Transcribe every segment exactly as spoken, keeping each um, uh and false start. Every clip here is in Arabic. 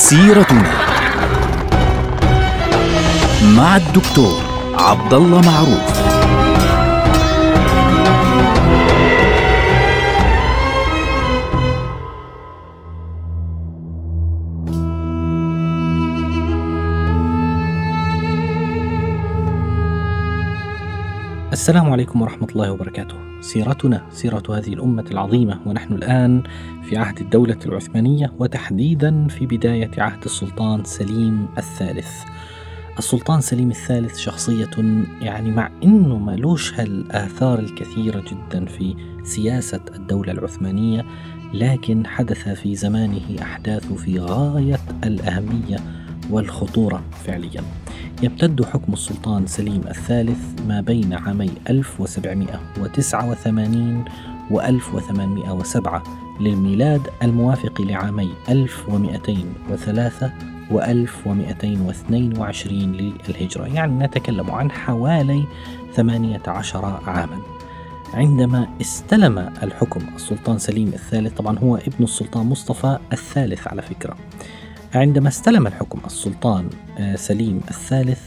سيرتنا مع الدكتور عبد الله معروف. السلام عليكم ورحمة الله وبركاته. سيرتنا سيرة هذه الأمة العظيمة، ونحن الآن في عهد الدولة العثمانية، وتحديدا في بداية عهد السلطان سليم الثالث. السلطان سليم الثالث شخصية يعني مع أنه ملوش هالآثار الكثيرة جدا في سياسة الدولة العثمانية، لكن حدث في زمانه أحداث في غاية الأهمية والخطورة فعليا. يمتد حكم السلطان سليم الثالث ما بين عامي ألف وسبعمائة وتسعة وثمانين و ألف وثمانمائة وسبعة للميلاد، الموافق لعامي ألف ومئتين وثلاثة و ألف ومئتين واثنين وعشرين للهجرة، يعني نتكلم عن حوالي ثمانية عشر عاما. عندما استلم الحكم السلطان سليم الثالث، طبعا هو ابن السلطان مصطفى الثالث على فكرة، عندما استلم الحكم السلطان سليم الثالث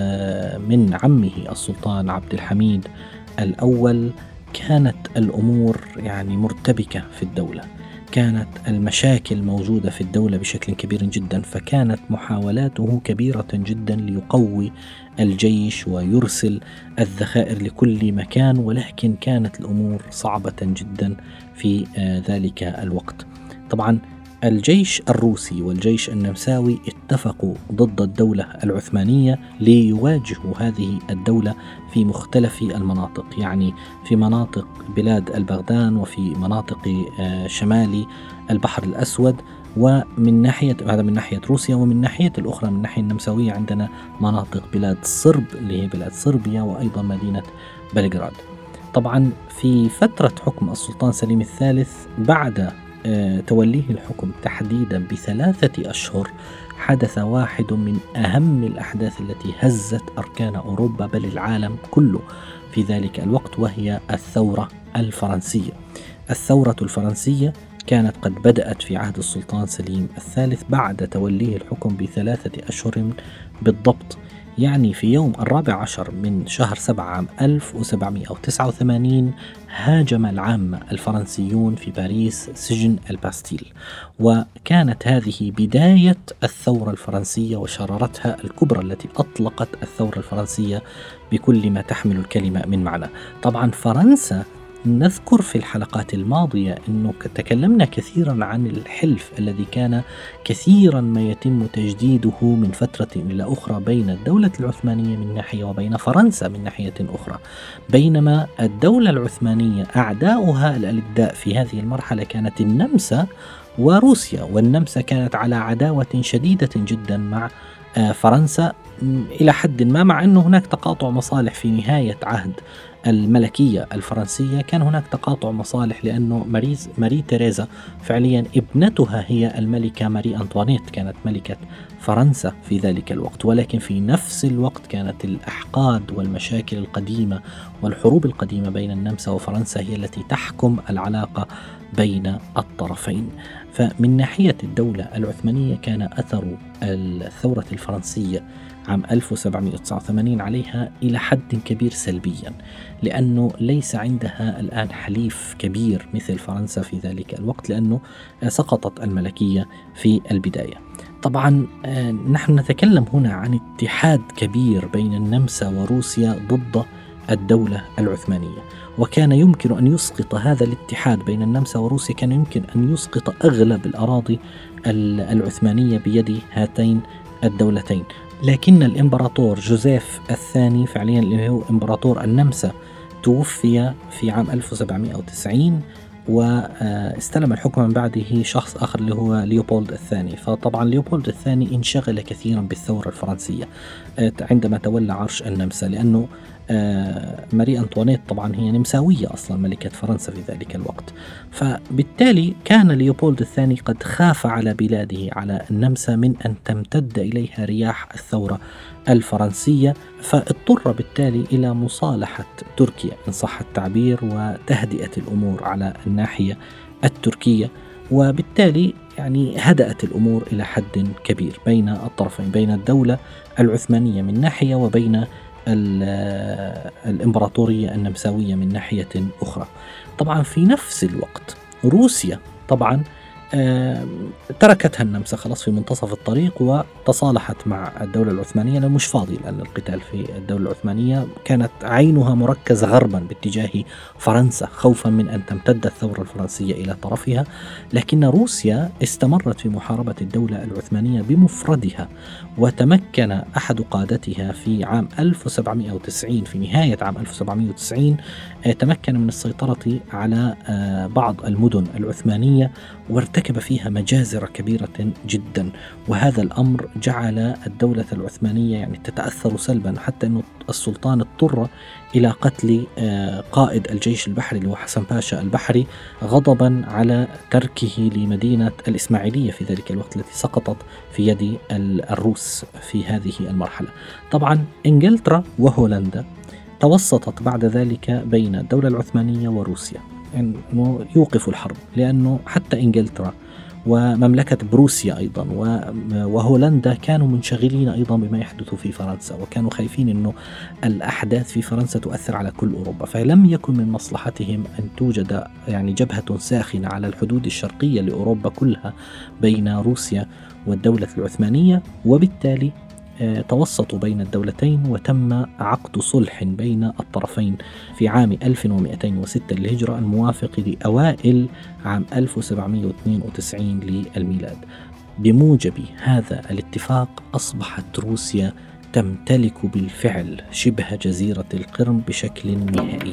من عمه السلطان عبد الحميد الأول، كانت الأمور يعني مرتبكة في الدولة، كانت المشاكل موجودة في الدولة بشكل كبير جدا، فكانت محاولاته كبيرة جدا ليقوي الجيش ويرسل الذخائر لكل مكان، ولكن كانت الأمور صعبة جدا في ذلك الوقت. طبعا الجيش الروسي والجيش النمساوي اتفقوا ضد الدولة العثمانية ليواجهوا هذه الدولة في مختلف المناطق، يعني في مناطق بلاد البغدان، وفي مناطق شمال البحر الأسود، ومن ناحية هذا من ناحية روسيا، ومن ناحية الأخرى من الناحية النمساوية عندنا مناطق بلاد صرب اللي هي بلاد صربيا، وأيضا مدينة بلغراد. طبعا في فترة حكم السلطان سليم الثالث بعد توليه الحكم تحديدا بثلاثة أشهر، حدث واحد من أهم الأحداث التي هزت أركان أوروبا بل العالم كله في ذلك الوقت، وهي الثورة الفرنسية. الثورة الفرنسية كانت قد بدأت في عهد السلطان سليم الثالث بعد توليه الحكم بثلاثة أشهر بالضبط، يعني في يوم الرابع عشر من شهر سبعة عام ألف وسبعمائة وتسعة وثمانين هاجم العامة الفرنسيون في باريس سجن الباستيل، وكانت هذه بداية الثورة الفرنسية وشرارتها الكبرى التي أطلقت الثورة الفرنسية بكل ما تحمل الكلمة من معنى. طبعا فرنسا، نذكر في الحلقات الماضية أنه تكلمنا كثيرا عن الحلف الذي كان كثيرا ما يتم تجديده من فترة إلى أخرى بين الدولة العثمانية من ناحية وبين فرنسا من ناحية أخرى، بينما الدولة العثمانية أعداؤها الألداء في هذه المرحلة كانت النمسا وروسيا، والنمسا كانت على عداوة شديدة جدا مع فرنسا إلى حد ما، مع أنه هناك تقاطع مصالح في نهاية عهد الملكية الفرنسية، كان هناك تقاطع مصالح لأنه ماريز ماري تيريزا فعليا ابنتها هي الملكة ماري أنطوانيت، كانت ملكة فرنسا في ذلك الوقت، ولكن في نفس الوقت كانت الأحقاد والمشاكل القديمة والحروب القديمة بين النمسا وفرنسا هي التي تحكم العلاقة بين الطرفين. فمن ناحية الدولة العثمانية كان أثر الثورة الفرنسية عام ألف وسبعمائة وتسعة وثمانين عليها إلى حد كبير سلبيا، لأنه ليس عندها الآن حليف كبير مثل فرنسا في ذلك الوقت، لأنه سقطت الملكية في البداية. طبعا نحن نتكلم هنا عن اتحاد كبير بين النمسا وروسيا ضد الدولة العثمانية، وكان يمكن أن يسقط هذا الاتحاد بين النمسا وروسيا، كان يمكن أن يسقط أغلب الأراضي العثمانية بيد هاتين الدولتين. لكن الإمبراطور جوزيف الثاني فعليا اللي هو إمبراطور النمسا توفي في عام ألف وسبعمائة وتسعين، واستلم الحكم من بعده شخص آخر اللي هو ليوبولد الثاني. فطبعا ليوبولد الثاني انشغل كثيرا بالثورة الفرنسية عندما تولى عرش النمسا، لأنه ماري أنطوانيت طبعا هي نمساوية أصلا ملكة فرنسا في ذلك الوقت، فبالتالي كان ليوبولد الثاني قد خاف على بلاده على النمسا من أن تمتد إليها رياح الثورة الفرنسية، فاضطر بالتالي إلى مصالحة تركيا إن صح التعبير وتهدئة الأمور على الناحية التركية. وبالتالي يعني هدأت الأمور إلى حد كبير بين الطرفين، بين الدولة العثمانية من ناحية وبين الإمبراطورية النمساوية من ناحية أخرى. طبعا في نفس الوقت روسيا طبعا آه تركتها النمسا خلاص في منتصف الطريق وتصالحت مع الدولة العثمانية، لأنه مش فاضي، لأن القتال في الدولة العثمانية كانت عينها مركزة غربا باتجاه فرنسا خوفا من أن تمتد الثورة الفرنسية إلى طرفها. لكن روسيا استمرت في محاربة الدولة العثمانية بمفردها، وتمكن أحد قادتها في عام ألف وسبعمائة وتسعين، في نهاية عام ألف وسبعمائة وتسعين آه تمكن من السيطرة على آه بعض المدن العثمانية، وارتكب فيها مجازر كبيرة جدا. وهذا الأمر جعل الدولة العثمانية يعني تتأثر سلبا، حتى أن السلطان اضطر إلى قتل قائد الجيش البحري اللي هو حسن باشا البحري، غضبا على تركه لمدينة الإسماعيلية في ذلك الوقت التي سقطت في يد الروس في هذه المرحلة. طبعا إنجلترا وهولندا توسطت بعد ذلك بين الدولة العثمانية وروسيا أنه يوقفوا الحرب، لأنه حتى إنجلترا ومملكة بروسيا أيضا وهولندا كانوا منشغلين أيضا بما يحدث في فرنسا، وكانوا خايفين أنه الأحداث في فرنسا تؤثر على كل أوروبا، فلم يكن من مصلحتهم أن توجد يعني جبهة ساخنة على الحدود الشرقية لأوروبا كلها بين روسيا والدولة العثمانية. وبالتالي توسطوا بين الدولتين وتم عقد صلح بين الطرفين في عام ألف ومئتين وستة للهجرة الموافق لأوائل عام ألف وسبعمائة واثنين وتسعين للميلاد. بموجب هذا الاتفاق أصبحت روسيا تمتلك بالفعل شبه جزيرة القرم بشكل نهائي.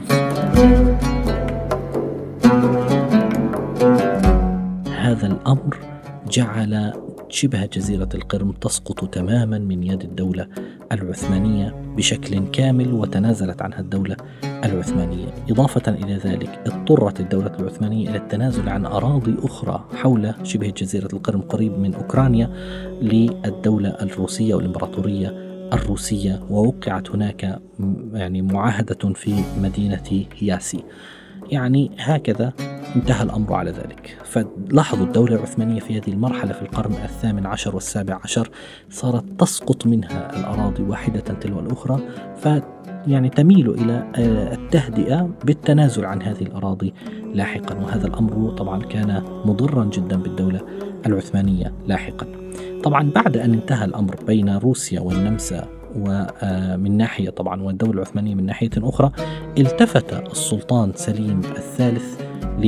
هذا الأمر جعل شبه جزيرة القرم تسقط تماما من يد الدولة العثمانية بشكل كامل، وتنازلت عنها الدولة العثمانية. إضافة إلى ذلك اضطرت الدولة العثمانية إلى التنازل عن أراضي أخرى حول شبه جزيرة القرم قريب من أوكرانيا للدولة الروسية والإمبراطورية الروسية، ووقعت هناك يعني معاهدة في مدينة ياسي. يعني هكذا انتهى الأمر على ذلك. فلاحظوا الدولة العثمانية في هذه المرحلة في القرن الثامن عشر والسابع عشر صارت تسقط منها الأراضي واحدة تلو الأخرى، ف يعني تميل إلى التهدئة بالتنازل عن هذه الأراضي لاحقا، وهذا الأمر طبعا كان مضرا جدا بالدولة العثمانية لاحقا. طبعا بعد أن انتهى الأمر بين روسيا والنمسا ومن ناحية طبعا والدولة العثمانية من ناحية أخرى، التفت السلطان سليم الثالث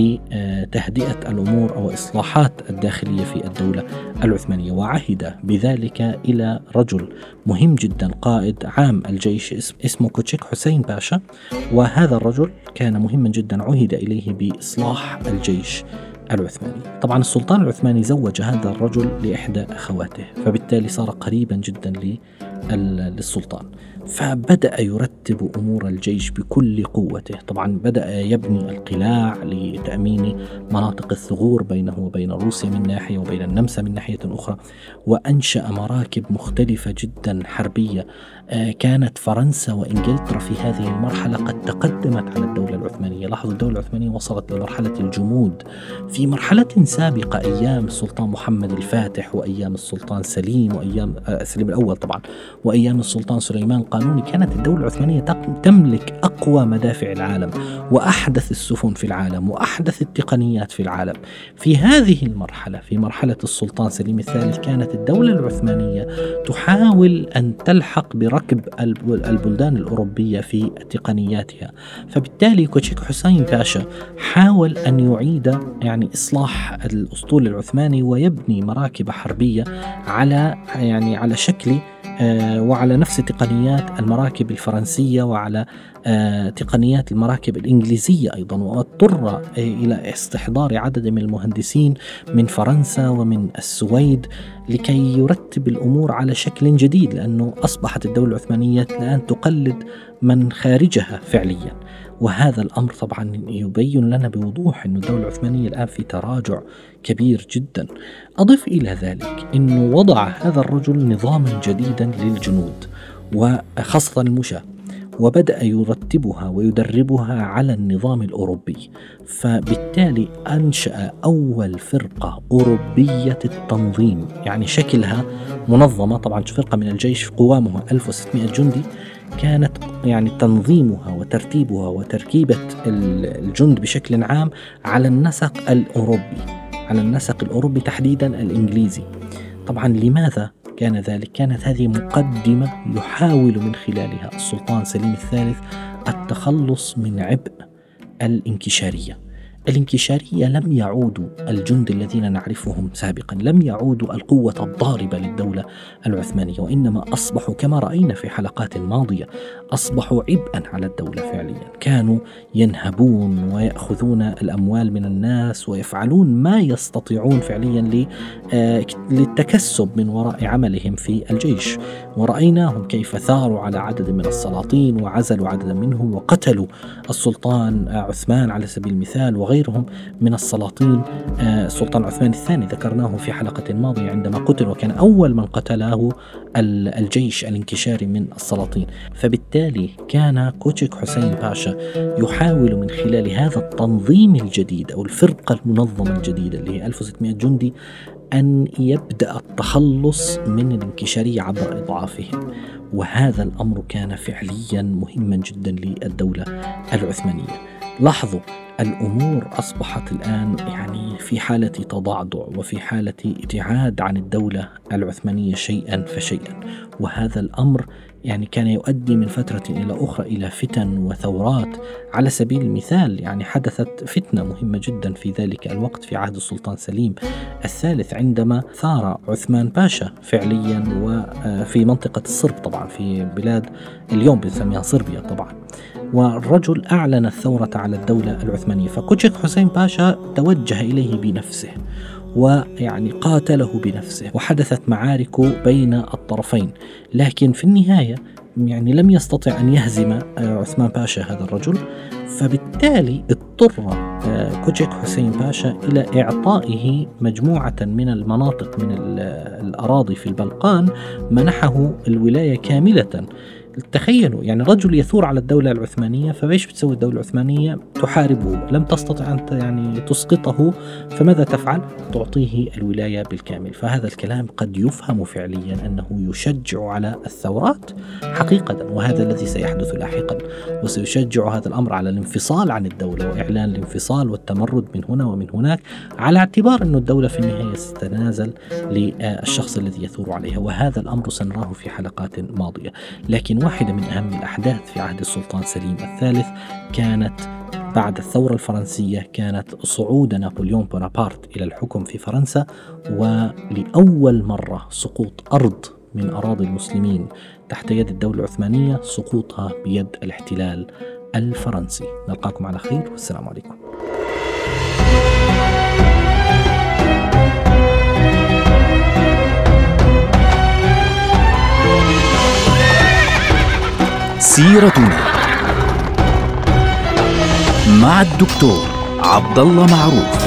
لتهدئة الأمور أو إصلاحات الداخلية في الدولة العثمانية، وعهد بذلك إلى رجل مهم جدا قائد عام الجيش اسمه كوتشيك حسين باشا. وهذا الرجل كان مهما جدا، عهد إليه بإصلاح الجيش العثماني. طبعا السلطان العثماني زوج هذا الرجل لإحدى أخواته، فبالتالي صار قريبا جدا للسلطان، فبدأ يرتب أمور الجيش بكل قوته. طبعا بدأ يبني القلاع لتأمين مناطق الثغور بينه وبين روسيا من ناحية وبين النمسا من ناحية أخرى، وأنشأ مراكب مختلفة جدا حربية. كانت فرنسا وإنجلترا في هذه المرحلة قد تقدمت على الدولة العثمانية. لاحظوا الدولة العثمانية وصلت لمرحلة الجمود. في مرحلة سابقة أيام السلطان محمد الفاتح وأيام السلطان سليم وأيام سليم الأول طبعا وأيام السلطان سليمان قانوني، كانت الدولة العثمانية تملك أقوى مدافع العالم وأحدث السفن في العالم وأحدث التقنيات في العالم. في هذه المرحلة، في مرحلة السلطان سليم الثالث، كانت الدولة العثمانية تحاول أن تلحق بركب البلدان الأوروبية في تقنياتها. فبالتالي كوتشيك حسين باشا حاول أن يعيد يعني إصلاح الأسطول العثماني ويبني مراكب حربية على يعني على شكل آه وعلى نفس تقنيات المراكب الفرنسية وعلى آه تقنيات المراكب الإنجليزية أيضا، واضطر آه إلى استحضار عدد من المهندسين من فرنسا ومن السويد لكي يرتب الأمور على شكل جديد، لأنه أصبحت الدولة العثمانية الآن تقلد من خارجها فعليا. وهذا الأمر طبعا يبين لنا بوضوح أن الدولة العثمانية الآن في تراجع كبير جدا. أضف إلى ذلك أنه وضع هذا الرجل نظاما جديدا للجنود وخاصة المشاة، وبدأ يرتبها ويدربها على النظام الأوروبي. فبالتالي أنشأ أول فرقة أوروبية التنظيم، يعني شكلها منظمة، طبعا فرقة من الجيش قوامها ألف وستمائة جندي، كانت يعني تنظيمها وترتيبها وتركيبة الجند بشكل عام على النسق الأوروبي، على النسق الأوروبي تحديدا الإنجليزي. طبعا لماذا كان ذلك؟ كانت هذه مقدمة يحاول من خلالها السلطان سليم الثالث التخلص من عبء الانكشارية. الانكشارية لم يعودوا الجند الذين نعرفهم سابقا، لم يعودوا القوة الضاربة للدولة العثمانية، وإنما أصبحوا كما رأينا في حلقات ماضية أصبحوا عبئا على الدولة فعليا. كانوا ينهبون ويأخذون الأموال من الناس ويفعلون ما يستطيعون فعليا للتكسب من وراء عملهم في الجيش. ورأيناهم كيف ثاروا على عدد من السلاطين وعزلوا عددا منهم وقتلوا السلطان عثمان على سبيل المثال وغيرهم من السلاطين. السلطان عثمان الثاني ذكرناه في حلقة ماضية عندما قتل، وكان أول من قتله الجيش الانكشاري من السلاطين. فبالتالي كان كوتشك حسين باشا يحاول من خلال هذا التنظيم الجديد أو الفرقة المنظمة الجديدة اللي هي ألف وستمائة جندي أن يبدأ التخلص من الانكشارية عبر إضعافهم. وهذا الأمر كان فعليا مهما جدا للدولة العثمانية. لاحظوا الأمور أصبحت الآن يعني في حالة تضعضع وفي حالة ابتعاد عن الدولة العثمانية شيئا فشيئا، وهذا الأمر يعني كان يؤدي من فترة إلى أخرى إلى فتن وثورات. على سبيل المثال يعني حدثت فتنة مهمة جدا في ذلك الوقت في عهد السلطان سليم الثالث عندما ثار عثمان باشا فعليا وفي منطقة الصرب، طبعا في بلاد اليوم بنسميها صربيا طبعا، والرجل أعلن الثورة على الدولة العثمانية. فكوتشك حسين باشا توجه إليه بنفسه ويعني قاتله بنفسه، وحدثت معارك بين الطرفين، لكن في النهاية يعني لم يستطع أن يهزم عثمان باشا هذا الرجل. فبالتالي اضطر كوتشك حسين باشا إلى إعطائه مجموعة من المناطق من الأراضي في البلقان، منحه الولاية كاملة. تخيلوا يعني رجل يثور على الدولة العثمانية، فايش بتسوي الدولة العثمانية؟ تحاربه، لم تستطع أن يعني تسقطه، فماذا تفعل؟ تعطيه الولاية بالكامل. فهذا الكلام قد يفهم فعليا أنه يشجع على الثورات حقيقة، وهذا الذي سيحدث لاحقا، وسيشجع هذا الأمر على الانفصال عن الدولة وإعلان الانفصال والتمرد من هنا ومن هناك، على اعتبار أن الدولة في النهاية ستتنازل للشخص الذي يثور عليها. وهذا الأمر سنراه في حلقات ماضية. لكن واحدة من أهم الأحداث في عهد السلطان سليم الثالث كانت بعد الثورة الفرنسية، كانت صعود نابليون بونابرت إلى الحكم في فرنسا، ولأول مرة سقوط أرض من أراضي المسلمين تحت يد الدولة العثمانية، سقوطها بيد الاحتلال الفرنسي. نلقاكم على خير والسلام عليكم. سيرتنا مع الدكتور عبد الله معروف.